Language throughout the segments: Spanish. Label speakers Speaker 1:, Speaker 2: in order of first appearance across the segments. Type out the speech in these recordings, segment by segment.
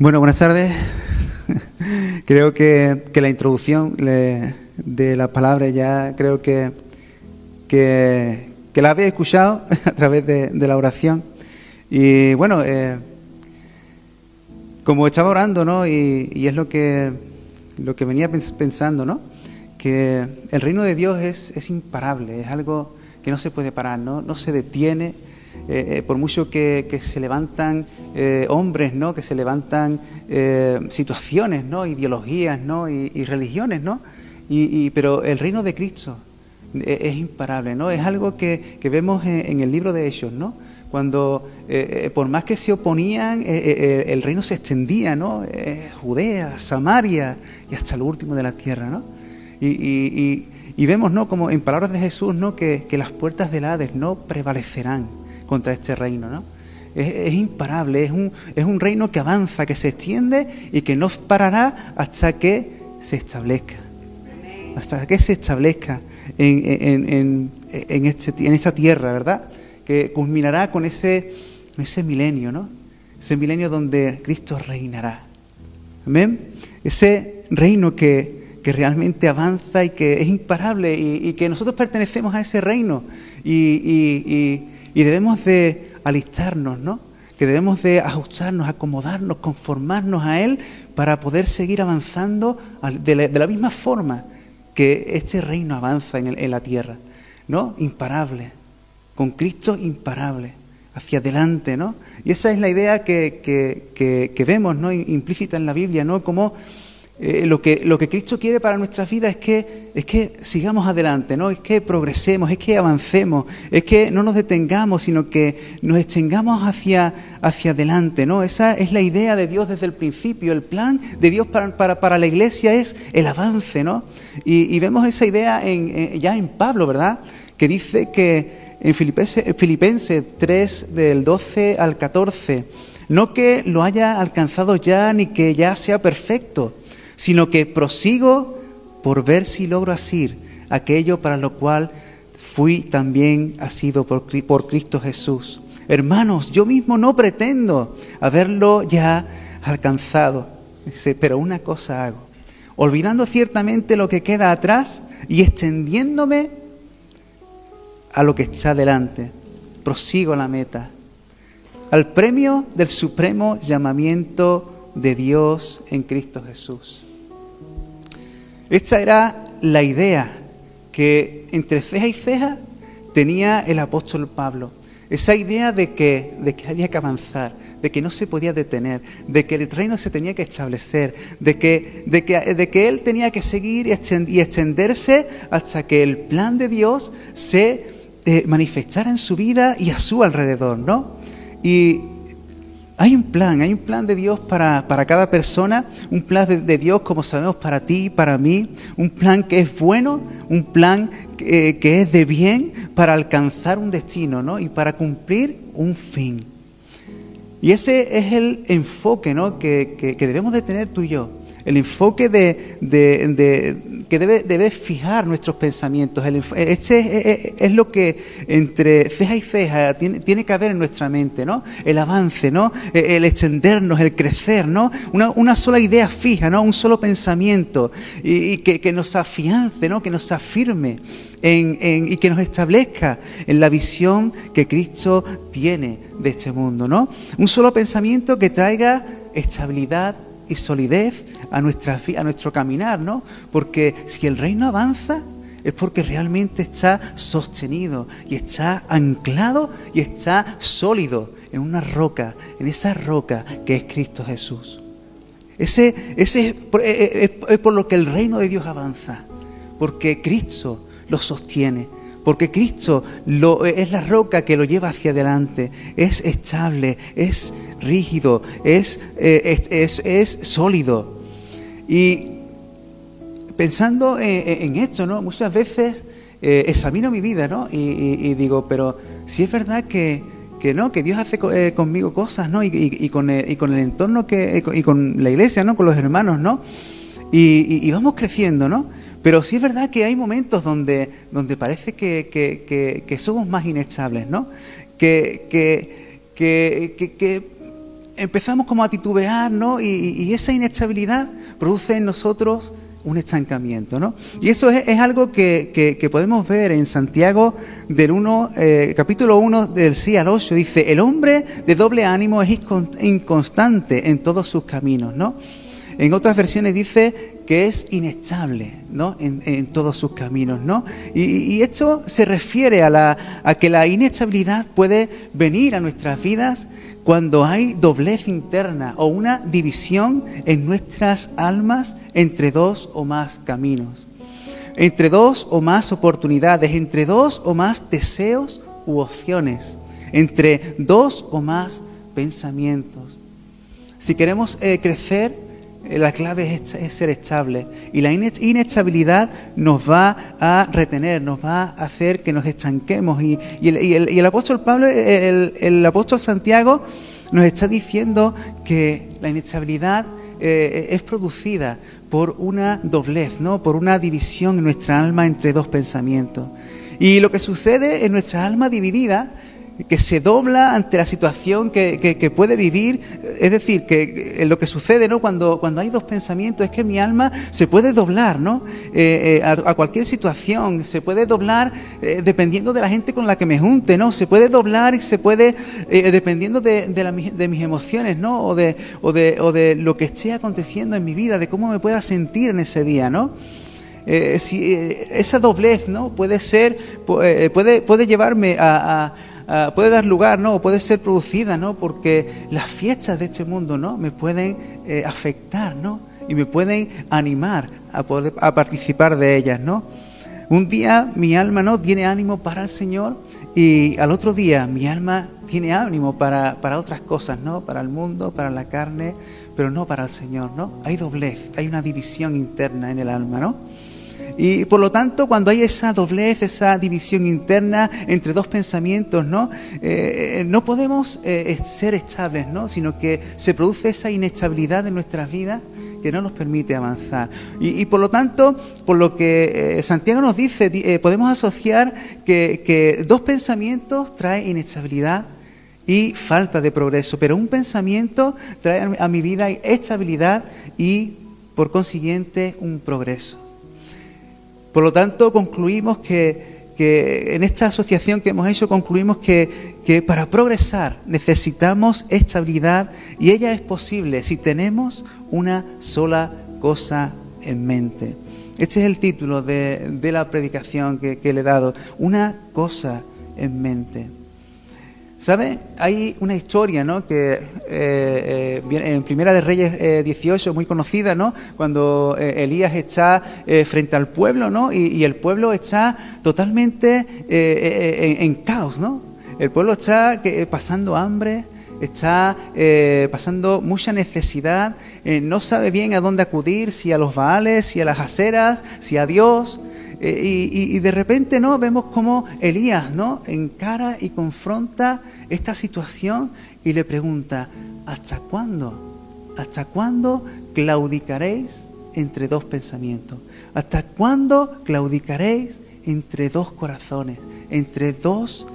Speaker 1: Bueno, buenas tardes. Creo que la introducción de la palabra ya creo que la habéis escuchado a través de la oración. Y bueno, como estaba orando, ¿no? Y es lo que venía pensando, ¿no? Que el reino de Dios es imparable, es algo que no se puede parar, no se detiene. Por mucho que se levantan hombres, ¿no? Que se levantan situaciones, ¿no? Ideologías, ¿no? Y religiones, ¿no? Pero el reino de Cristo es imparable, ¿no? Es algo que vemos en el libro de Hechos, ¿no? Cuando por más que se oponían, el reino se extendía, ¿no? Judea, Samaria y hasta lo último de la tierra, ¿no? Y vemos, ¿no? Como en palabras de Jesús, ¿no? Que las puertas del Hades no prevalecerán contra este reino, ¿no? Es imparable, es un reino que avanza, que se extiende y que no parará hasta que se establezca. Hasta que se establezca en esta tierra, ¿verdad? Que culminará con ese milenio, ¿no? Ese milenio donde Cristo reinará. Amén. Ese reino que realmente avanza y que es imparable y que nosotros pertenecemos a ese reino y debemos de alistarnos, ¿no? Que debemos de ajustarnos, acomodarnos, conformarnos a Él para poder seguir avanzando de la misma forma que este reino avanza en la tierra, ¿no? Imparable, con Cristo imparable, hacia adelante, ¿no? Y esa es la idea que vemos, ¿no? Implícita en la Biblia, ¿no? Como lo que Cristo quiere para nuestras vidas es que sigamos adelante, ¿no? Es que progresemos, es que avancemos, es que no nos detengamos, sino que nos extendamos hacia adelante, ¿no? Esa es la idea de Dios desde el principio. El plan de Dios para la iglesia es el avance, ¿no? Y vemos esa idea ya en Pablo, ¿verdad? Que dice que en Filipenses 3, del 12 al 14, no que lo haya alcanzado ya ni que ya sea perfecto, sino que prosigo por ver si logro asir aquello para lo cual fui también asido por Cristo Jesús. Hermanos, yo mismo no pretendo haberlo ya alcanzado, pero una cosa hago, olvidando ciertamente lo que queda atrás y extendiéndome a lo que está delante, prosigo a la meta, al premio del supremo llamamiento de Dios en Cristo Jesús. Esta era la idea que entre ceja y ceja tenía el apóstol Pablo. Esa idea de que había que avanzar, de que no se podía detener, de que el reino se tenía que establecer, de que él tenía que seguir y extenderse hasta que el plan de Dios se manifestara en su vida y a su alrededor, ¿no? Y hay un plan de Dios para cada persona, un plan de Dios, como sabemos, para ti y para mí, un plan que es bueno, un plan que es de bien para alcanzar un destino, ¿no? Y para cumplir un fin. Y ese es el enfoque, ¿no? que debemos de tener tú y yo. El enfoque que debe fijar nuestros pensamientos. Este es lo que entre ceja y ceja tiene que haber en nuestra mente, ¿no? El avance, ¿no? El extendernos, el crecer, ¿no? Una sola idea fija, ¿no? Un solo pensamiento y que nos afiance, ¿no? Que nos afirme y que nos establezca en la visión que Cristo tiene de este mundo, ¿no? Un solo pensamiento que traiga estabilidad y solidez a nuestro caminar, ¿no? Porque si el reino avanza es porque realmente está sostenido y está anclado y está sólido en una roca, en esa roca que es Cristo Jesús. Ese es por lo que el reino de Dios avanza, porque Cristo lo sostiene. Porque Cristo es la roca que lo lleva hacia adelante, es estable, es rígido, es sólido. Y pensando en esto, ¿no? Muchas veces examino mi vida, ¿no? Y digo, pero si es verdad que Dios hace conmigo cosas, ¿no? Y con el entorno y con la iglesia, ¿no? Con los hermanos, ¿no? Y vamos creciendo, ¿no? Pero sí es verdad que hay momentos donde parece que somos más inestables, ¿no? Que empezamos como a titubear, ¿no? Y esa inestabilidad produce en nosotros un estancamiento, ¿no? Y eso es algo que podemos ver en Santiago capítulo 1 del 6 al 8. Dice, el hombre de doble ánimo es inconstante en todos sus caminos, ¿no? En otras versiones dice que es inestable, ¿no? En todos sus caminos, ¿no? Y esto se refiere a que la inestabilidad puede venir a nuestras vidas cuando hay doblez interna o una división en nuestras almas entre dos o más caminos, entre dos o más oportunidades, entre dos o más deseos u opciones, entre dos o más pensamientos. Si queremos crecer, la clave es ser estable, y la inestabilidad nos va a retener, nos va a hacer que nos estanquemos, y el apóstol Pablo, el apóstol Santiago nos está diciendo que la inestabilidad es producida por una doblez, ¿no? Por una división en nuestra alma entre dos pensamientos. Y lo que sucede en nuestra alma dividida, que se dobla ante la situación que puede vivir, es decir, que lo que sucede, ¿no? Cuando hay dos pensamientos, es que mi alma se puede doblar, ¿no? A cualquier situación, se puede doblar dependiendo de la gente con la que me junte, ¿no? Se puede doblar y se puede, dependiendo de mis emociones, ¿no? O de lo que esté aconteciendo en mi vida, de cómo me pueda sentir en ese día, ¿no? Esa doblez, ¿no? Puede llevarme puede dar lugar, ¿no? O puede ser producida, ¿no? Porque las fiestas de este mundo, ¿no? Me pueden afectar, ¿no? Y me pueden animar a participar de ellas, ¿no? Un día mi alma, ¿no? Tiene ánimo para el Señor, y al otro día mi alma tiene ánimo para otras cosas, ¿no? Para el mundo, para la carne, pero no para el Señor, ¿no? Hay doblez, hay una división interna en el alma, ¿no? Y por lo tanto, cuando hay esa doblez, esa división interna entre dos pensamientos, ¿no? No podemos ser estables, ¿no? Sino que se produce esa inestabilidad en nuestras vidas que no nos permite avanzar. Y por lo tanto, por lo que Santiago nos dice, podemos asociar que dos pensamientos traen inestabilidad y falta de progreso, pero un pensamiento trae a mi vida estabilidad y, por consiguiente, un progreso. Por lo tanto, concluimos que en esta asociación que hemos hecho, concluimos que para progresar necesitamos estabilidad, y ella es posible si tenemos una sola cosa en mente. Este es el título de la predicación que le he dado, una cosa en mente. ¿Saben? Hay una historia, ¿no? Que en Primera de Reyes 18, muy conocida, ¿no? Cuando Elías está frente al pueblo, ¿no? Y el pueblo está totalmente en caos, ¿no? El pueblo está pasando hambre, está pasando mucha necesidad, no sabe bien a dónde acudir, si a los Baales, si a las Aseras, si a Dios. Y de repente, ¿no? Vemos cómo Elías, ¿no? Encara y confronta esta situación y le pregunta: ¿hasta cuándo? ¿Hasta cuándo claudicaréis entre dos pensamientos? ¿Hasta cuándo claudicaréis entre dos corazones, entre dos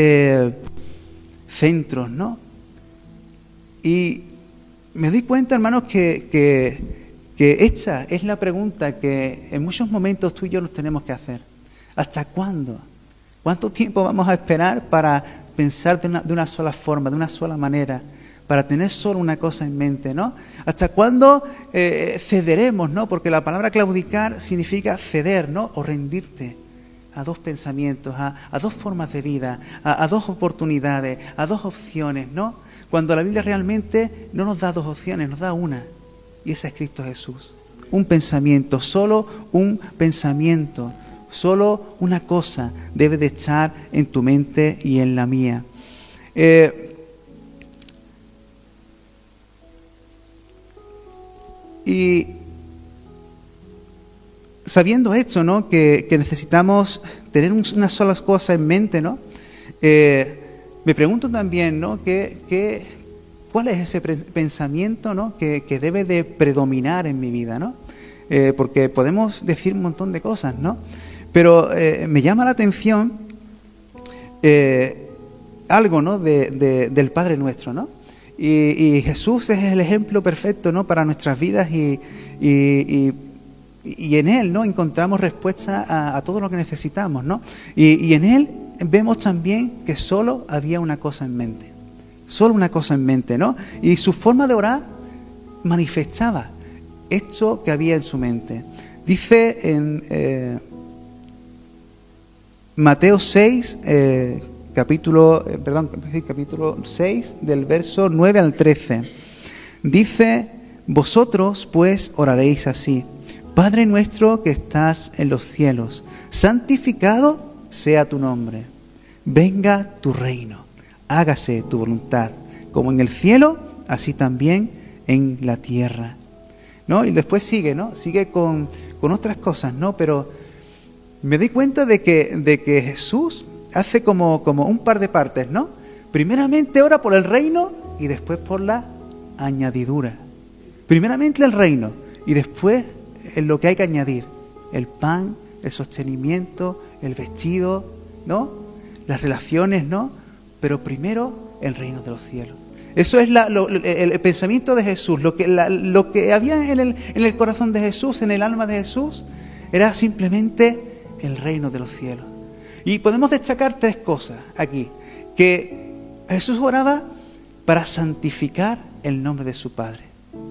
Speaker 1: centros, ¿no? Y me doy cuenta, hermanos, que esta es la pregunta que en muchos momentos tú y yo nos tenemos que hacer. ¿Hasta cuándo? ¿Cuánto tiempo vamos a esperar para pensar de una sola forma, de una sola manera, para tener solo una cosa en mente, ¿no? ¿Hasta cuándo cederemos, ¿no? Porque la palabra claudicar significa ceder, ¿no? O rendirte a dos pensamientos, a dos formas de vida, a dos oportunidades, a dos opciones, ¿no? Cuando la Biblia realmente no nos da dos opciones, nos da una. Y ese es Cristo Jesús. Un pensamiento, solo un pensamiento, solo una cosa debe de estar en tu mente y en la mía. Y sabiendo esto, ¿no? Que necesitamos tener una sola cosa en mente, ¿no? Me pregunto también, ¿no? ¿Cuál es ese pensamiento, ¿no? que debe de predominar en mi vida, ¿no? Porque podemos decir un montón de cosas, ¿no? Pero me llama la atención algo, ¿no? del Padre Nuestro, ¿no? Y Jesús es el ejemplo perfecto, ¿no?, para nuestras vidas y en Él, ¿no?, encontramos respuesta a todo lo que necesitamos, ¿no? Y en Él vemos también que solo había una cosa en mente. Solo una cosa en mente, ¿no? Y su forma de orar manifestaba esto que había en su mente. Dice en Mateo 6, capítulo 6, del verso 9 al 13. Dice: vosotros pues oraréis así: Padre nuestro que estás en los cielos, santificado sea tu nombre. Venga tu reino, hágase tu voluntad, como en el cielo, así también en la tierra. ¿No? Y después sigue, ¿no? Sigue con otras cosas, ¿no? Pero me di cuenta de que Jesús hace como un par de partes, ¿no? Primeramente ora por el reino y después por la añadidura. Primeramente el reino y después en lo que hay que añadir: el pan, el sostenimiento, el vestido, ¿no?, las relaciones, ¿no? Pero primero el reino de los cielos. Eso es el pensamiento de Jesús. Lo que había en el corazón de Jesús, en el alma de Jesús, era simplemente el reino de los cielos. Y podemos destacar tres cosas aquí: que Jesús oraba para santificar el nombre de su Padre.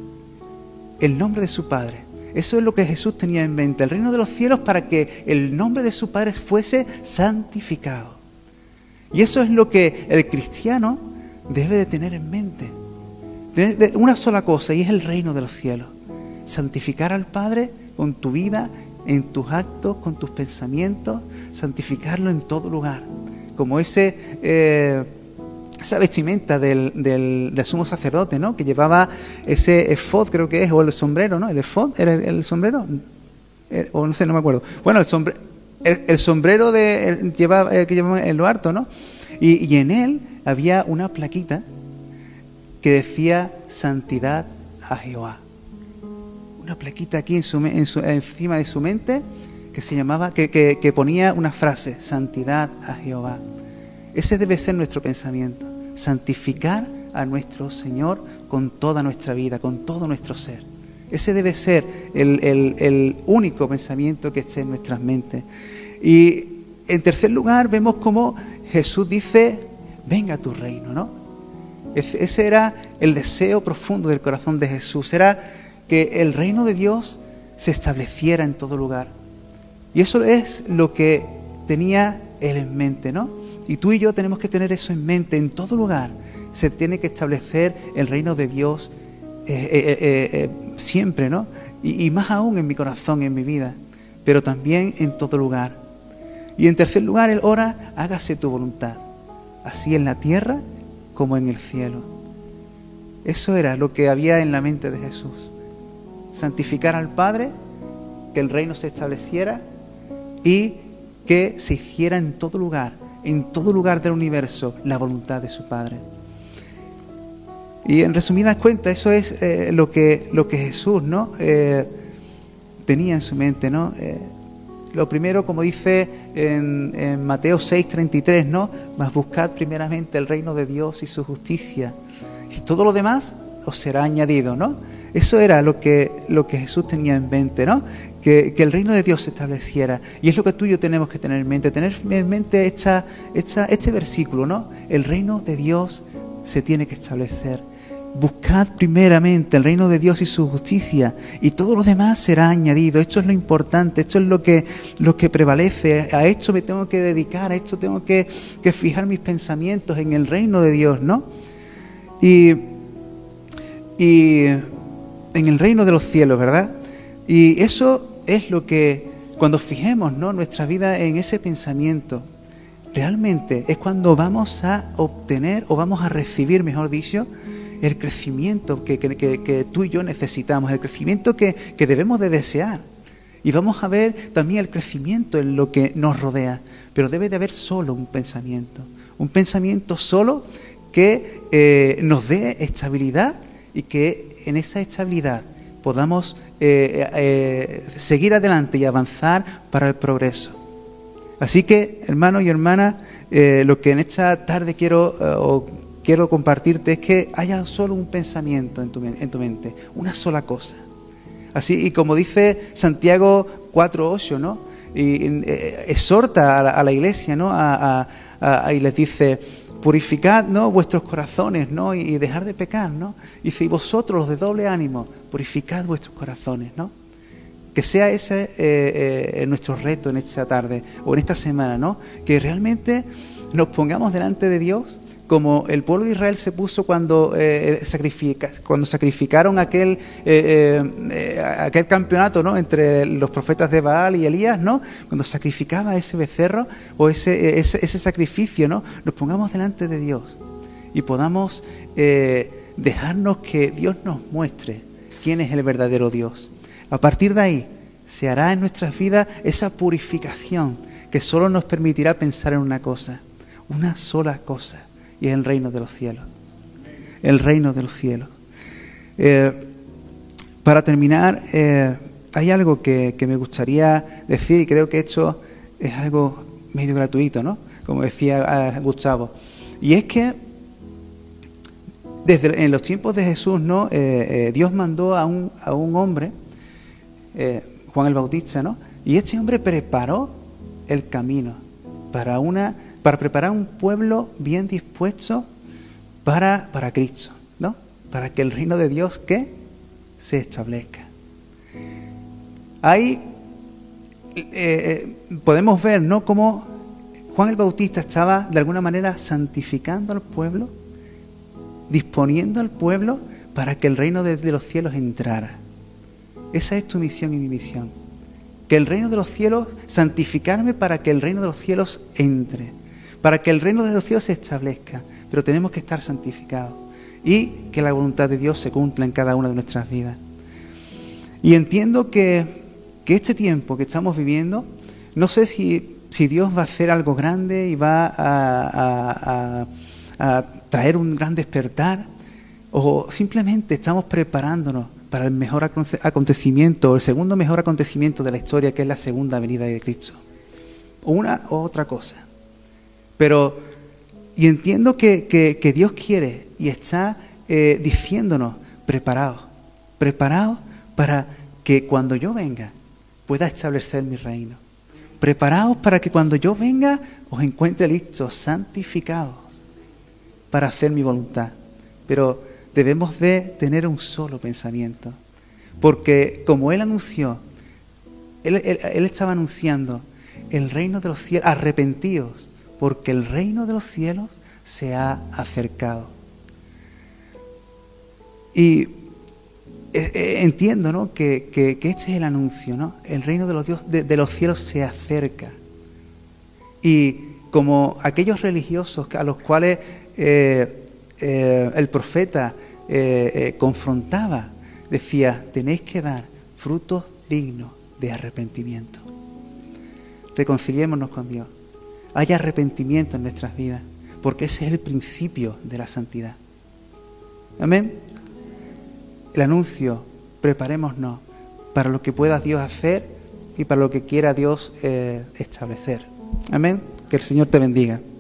Speaker 1: El nombre de su Padre. Eso es lo que Jesús tenía en mente: el reino de los cielos, para que el nombre de su Padre fuese santificado. Y eso es lo que el cristiano debe de tener en mente. Una sola cosa, y es el reino de los cielos. Santificar al Padre con tu vida, en tus actos, con tus pensamientos, santificarlo en todo lugar. Como esa vestimenta del sumo sacerdote, ¿no?, que llevaba ese efod, creo que es, o el sombrero, ¿no? El efod, ¿era el sombrero? O no sé, no me acuerdo. Bueno, el sombrero que llevaba en lo alto, ¿no? Y en él había una plaquita que decía: santidad a Jehová. Una plaquita aquí encima de su mente que se llamaba, que ponía una frase: santidad a Jehová. Ese debe ser nuestro pensamiento: santificar a nuestro Señor con toda nuestra vida, con todo nuestro ser. Ese debe ser el único pensamiento que esté en nuestras mentes. Y en tercer lugar vemos cómo Jesús dice: venga tu reino, ¿no? Ese era el deseo profundo del corazón de Jesús. Era que el reino de Dios se estableciera en todo lugar. Y eso es lo que tenía Él en mente, ¿no? Y tú y yo tenemos que tener eso en mente. En todo lugar se tiene que establecer el reino de Dios siempre, ¿no? Y más aún en mi corazón, en mi vida, pero también en todo lugar. Y en tercer lugar, Él ora: hágase tu voluntad, así en la tierra como en el cielo. Eso era lo que había en la mente de Jesús: santificar al Padre, que el reino se estableciera y que se hiciera en todo lugar del universo, la voluntad de su Padre. Y en resumidas cuentas, eso es lo que Jesús, ¿no?, tenía en su mente, ¿no? Lo primero, como dice en Mateo 6:33, ¿no?, mas buscad primeramente el reino de Dios y su justicia, y todo lo demás os será añadido, ¿no? Eso era lo que Jesús tenía en mente, ¿no? Que el reino de Dios se estableciera. Y es lo que tú y yo tenemos que tener en mente este versículo, ¿no? El reino de Dios se tiene que establecer. Buscad primeramente el reino de Dios y su justicia, y todo lo demás será añadido. Esto es lo importante, esto es lo que prevalece. A esto me tengo que dedicar, a esto tengo que fijar mis pensamientos, en el reino de Dios, ¿no? Y en el reino de los cielos, ¿verdad? Y eso es lo que, cuando fijemos, ¿no?, nuestra vida en ese pensamiento, realmente es cuando vamos a obtener, o vamos a recibir, mejor dicho, el crecimiento que tú y yo necesitamos, el crecimiento que debemos de desear. Y vamos a ver también el crecimiento en lo que nos rodea. Pero debe de haber solo un pensamiento solo que nos dé estabilidad, y que en esa estabilidad podamos seguir adelante y avanzar para el progreso. Así que, hermanos y hermanas, lo que en esta tarde quiero quiero compartirte es que haya solo un pensamiento en tu mente, una sola cosa. Así, y como dice Santiago 4:8, ¿no? Y exhorta a la iglesia, ¿no? Y les dice: purificad, ¿no?, vuestros corazones, ¿no?, y dejar de pecar, ¿no? Y dice: y vosotros, los de doble ánimo, purificad vuestros corazones, ¿no? Que sea ese nuestro reto en esta tarde o en esta semana, ¿no? Que realmente nos pongamos delante de Dios como el pueblo de Israel se puso cuando sacrificaron aquel campeonato, ¿no?, entre los profetas de Baal y Elías, ¿no? Cuando sacrificaba ese becerro o ese sacrificio, ¿no? Nos pongamos delante de Dios y podamos dejarnos que Dios nos muestre quién es el verdadero Dios. A partir de ahí se hará en nuestras vidas esa purificación que solo nos permitirá pensar en una cosa, una sola cosa, y es el reino de los cielos. El reino de los cielos. Para terminar, hay algo que me gustaría decir, y creo que esto es algo medio gratuito, ¿no? Como decía Gustavo. Y es que en los tiempos de Jesús, ¿no? Dios mandó a un hombre, Juan el Bautista, ¿no? Y este hombre preparó el camino para preparar un pueblo bien dispuesto para Cristo, ¿no? Para que el reino de Dios se establezca. Ahí podemos ver, ¿no?, cómo Juan el Bautista estaba de alguna manera santificando al pueblo, disponiendo al pueblo para que el reino de los cielos entrara. Esa es tu misión y mi misión. Que el reino de los cielos, santificarme para que el reino de los cielos entre, para que el reino de los cielos se establezca. Pero tenemos que estar santificados y que la voluntad de Dios se cumpla en cada una de nuestras vidas. Y entiendo que este tiempo que estamos viviendo, no sé si Dios va a hacer algo grande y va a traer un gran despertar, o simplemente estamos preparándonos para el mejor acontecimiento, el segundo mejor acontecimiento de la historia, que es la segunda venida de Cristo. Una u otra cosa. Y entiendo que Dios quiere y está diciéndonos: preparaos para que cuando yo venga pueda establecer mi reino. Preparaos para que cuando yo venga os encuentre listos, santificados, para hacer mi voluntad. Pero debemos de tener un solo pensamiento, porque como Él anunció, Él estaba anunciando el reino de los cielos: arrepentíos, porque el reino de los cielos se ha acercado. Y entiendo, ¿no?, que este es el anuncio, ¿no? El reino de los cielos se acerca. Y como aquellos religiosos a los cuales el profeta confrontaba, decía: tenéis que dar frutos dignos de arrepentimiento. Reconciliémonos con Dios. Haya arrepentimiento en nuestras vidas, porque ese es el principio de la santidad. Amén. El anuncio: preparémonos para lo que pueda Dios hacer y para lo que quiera Dios establecer. Amén. Que el Señor te bendiga.